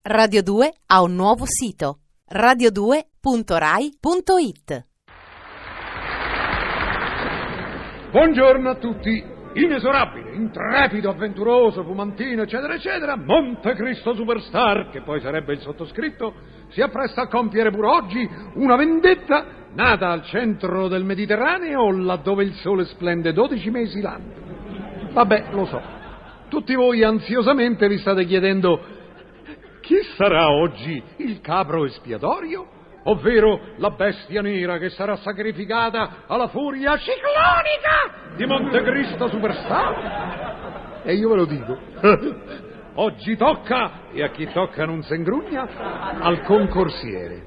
Radio 2 ha un nuovo sito, radio2.rai.it. Buongiorno a tutti. Inesorabile, intrepido, avventuroso, fumantino, eccetera, eccetera, Montecristo Superstar, che poi sarebbe il sottoscritto, si appresta a compiere pure oggi una vendetta nata al centro del Mediterraneo, laddove il sole splende 12 mesi l'anno. Vabbè, lo so. Tutti voi ansiosamente vi state chiedendo: chi sarà oggi il capro espiatorio? Ovvero la bestia nera che sarà sacrificata alla furia ciclonica di Montecristo Superstar? E io ve lo dico, oggi tocca, e a chi tocca non se ingrugna, al concorsiere.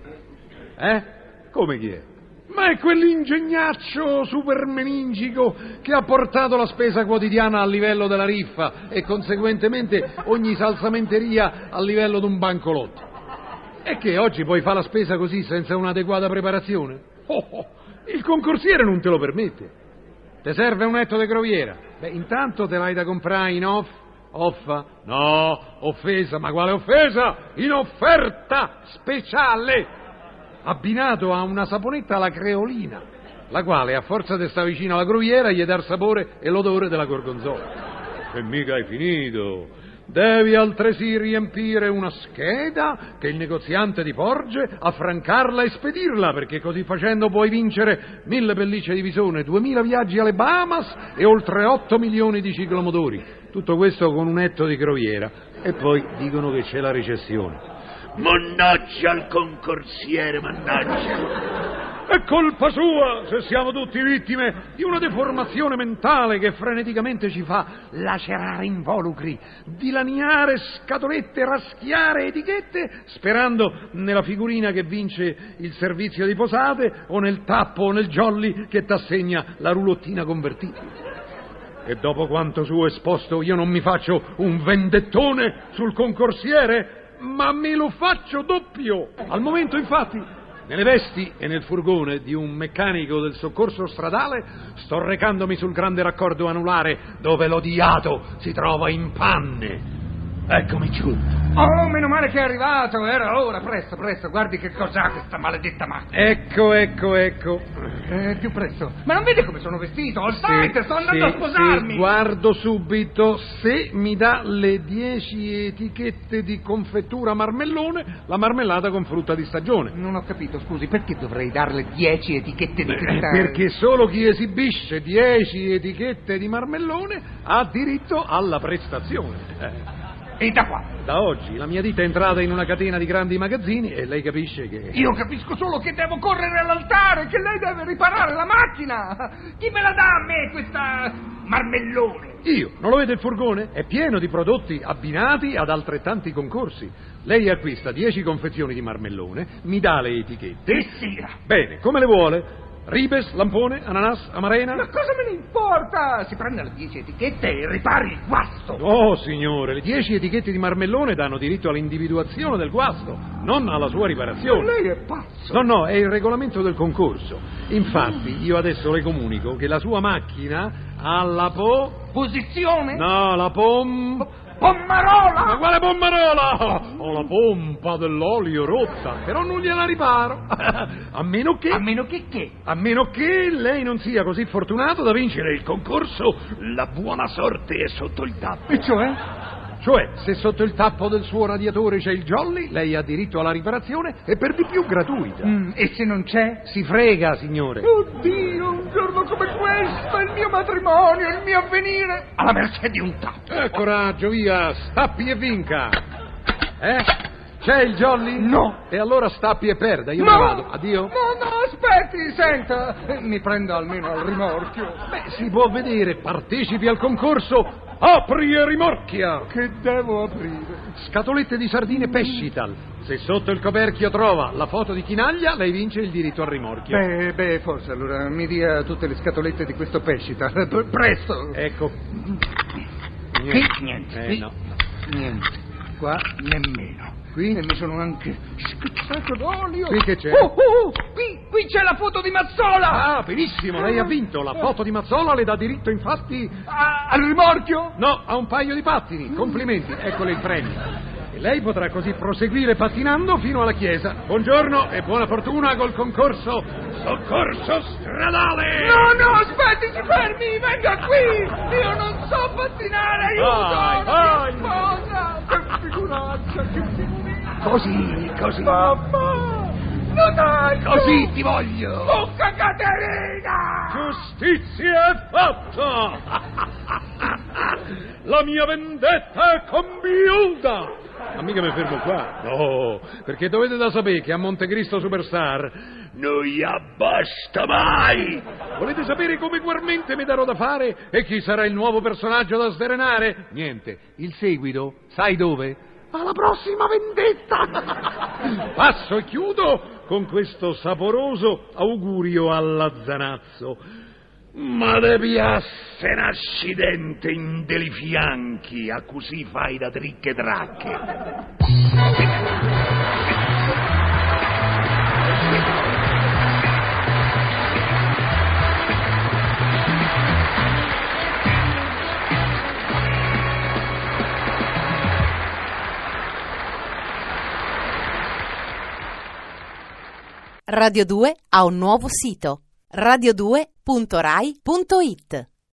Come chi è? Ma è quell'ingegnaccio super meningico che ha portato la spesa quotidiana al livello della riffa e conseguentemente ogni salsamenteria al livello di un bancolotto. E che oggi puoi fare la spesa così senza un'adeguata preparazione? Il concorsiere non te lo permette. Ti serve un etto di groviera? Beh, intanto te l'hai da comprare in offa? No, offesa, ma quale offesa? In offerta speciale! Abbinato a una saponetta alla creolina, la quale, a forza di stare vicino alla groviera, gli dà il sapore e l'odore della gorgonzola. E mica hai finito. Devi altresì riempire una scheda che il negoziante ti porge, affrancarla e spedirla, perché così facendo puoi vincere 1000 pellicce di visone, 2000 viaggi alle Bahamas e oltre 8 milioni di ciclomotori. Tutto questo con un etto di groviera. E poi dicono che c'è la recessione. Mannaggia al concorsiere, mannaggia. È colpa sua se siamo tutti vittime di una deformazione mentale che freneticamente ci fa lacerare involucri, dilaniare scatolette, raschiare etichette, sperando nella figurina che vince il servizio di posate o nel tappo o nel jolly che t'assegna la rulottina convertibile. E dopo quanto su esposto io non mi faccio un vendettone sul concorsiere, ma me lo faccio doppio. Al momento, infatti, nelle vesti e nel furgone di un meccanico del soccorso stradale sto recandomi sul grande raccordo anulare dove l'odiato si trova in panne. Eccomi giunto. Oh, meno male che è arrivato, era ora, presto, guardi che cos'ha questa maledetta macchina. Ecco. Più presto. Ma non vede come sono vestito? Alzate, sto andando a sposarmi. Sì, guardo subito. Se mi dà le 10 etichette di confettura marmellone, la marmellata con frutta di stagione. Non ho capito, scusi, perché dovrei darle 10 etichette di cristallo? Perché solo chi esibisce 10 etichette di marmellone ha diritto alla prestazione. E da qua? Da oggi la mia ditta è entrata in una catena di grandi magazzini e lei capisce che... Io capisco solo che devo correre all'altare, che lei deve riparare la macchina. Chi me la dà a me questa marmellone? Io. Non lo vede il furgone? È pieno di prodotti abbinati ad altrettanti concorsi. Lei acquista 10 confezioni di marmellone, mi dà le etichette. E sia. Bene, come le vuole? Ribes, lampone, ananas, amarena? Ma cosa me ne importa? Si prende le 10 etichette e ripari il guasto. Oh, signore, le 10 etichette di marmellone danno diritto all'individuazione del guasto, non alla sua riparazione. Lei è pazzo. No, è il regolamento del concorso. Infatti, io adesso le comunico che la sua macchina ha la posizione? No, la Pommarola! Ma quale pommarola? Ho la pompa dell'olio rotta, però non gliela riparo. A meno che... A meno che che? A meno che lei non sia così fortunato da vincere il concorso La buona sorte è sotto il tappo. E cioè? Cioè, se sotto il tappo del suo radiatore c'è il jolly, lei ha diritto alla riparazione e per di più gratuita. E se non c'è? Si frega, signore. Oddio, un giorno come questo, il mio matrimonio, il mio avvenire, alla mercé di un tappo. Coraggio, via, stappi e vinca. C'è il jolly? No. E allora stappi e perda, io me ne vado. Addio. No, aspetti, senta. Mi prenda almeno al rimorchio. Beh, si può vedere, partecipi al concorso, apri e rimorchia. Che devo aprire? Scatolette di sardine Pescital. Se sotto il coperchio trova la foto di Chinaglia, lei vince il diritto al rimorchio. Beh, forse allora mi dia tutte le scatolette di questo Pescital. Presto. Ecco. Niente. No. Niente. Qua nemmeno. Qui? E mi sono anche spizzato d'olio. Qui che c'è? Qui c'è la foto di Mazzola. Ah, benissimo, lei ha vinto. La foto di Mazzola le dà diritto, infatti... Al rimorchio? No, a un paio di pattini. Complimenti, eccole il premio. E lei potrà così proseguire pattinando fino alla chiesa. Buongiorno e buona fortuna col concorso soccorso stradale! No, aspetti, si fermi, venga qui! Io non so pattinare, aiuto! Vai! Sposa! Che figuraccia, che figuraccia! Così. Mamma! No dai! Così ti voglio! Bocca Caterina! Giustizia è fatta! La mia vendetta è compiuta! Ma mica mi fermo qua. No, perché dovete da sapere che a Montecristo Superstar Non gli abbasta mai! volete sapere come ugualmente mi darò da fare e chi sarà il nuovo personaggio da sdrenare? Niente, il seguito, sai dove? Alla prossima vendetta! Passo e chiudo con questo saporoso augurio alla Zanazzo. Ma de piasse un accidente in deli fianchi, a così fai da tricche tracche. Radio 2 ha un nuovo sito: radio2.rai.it.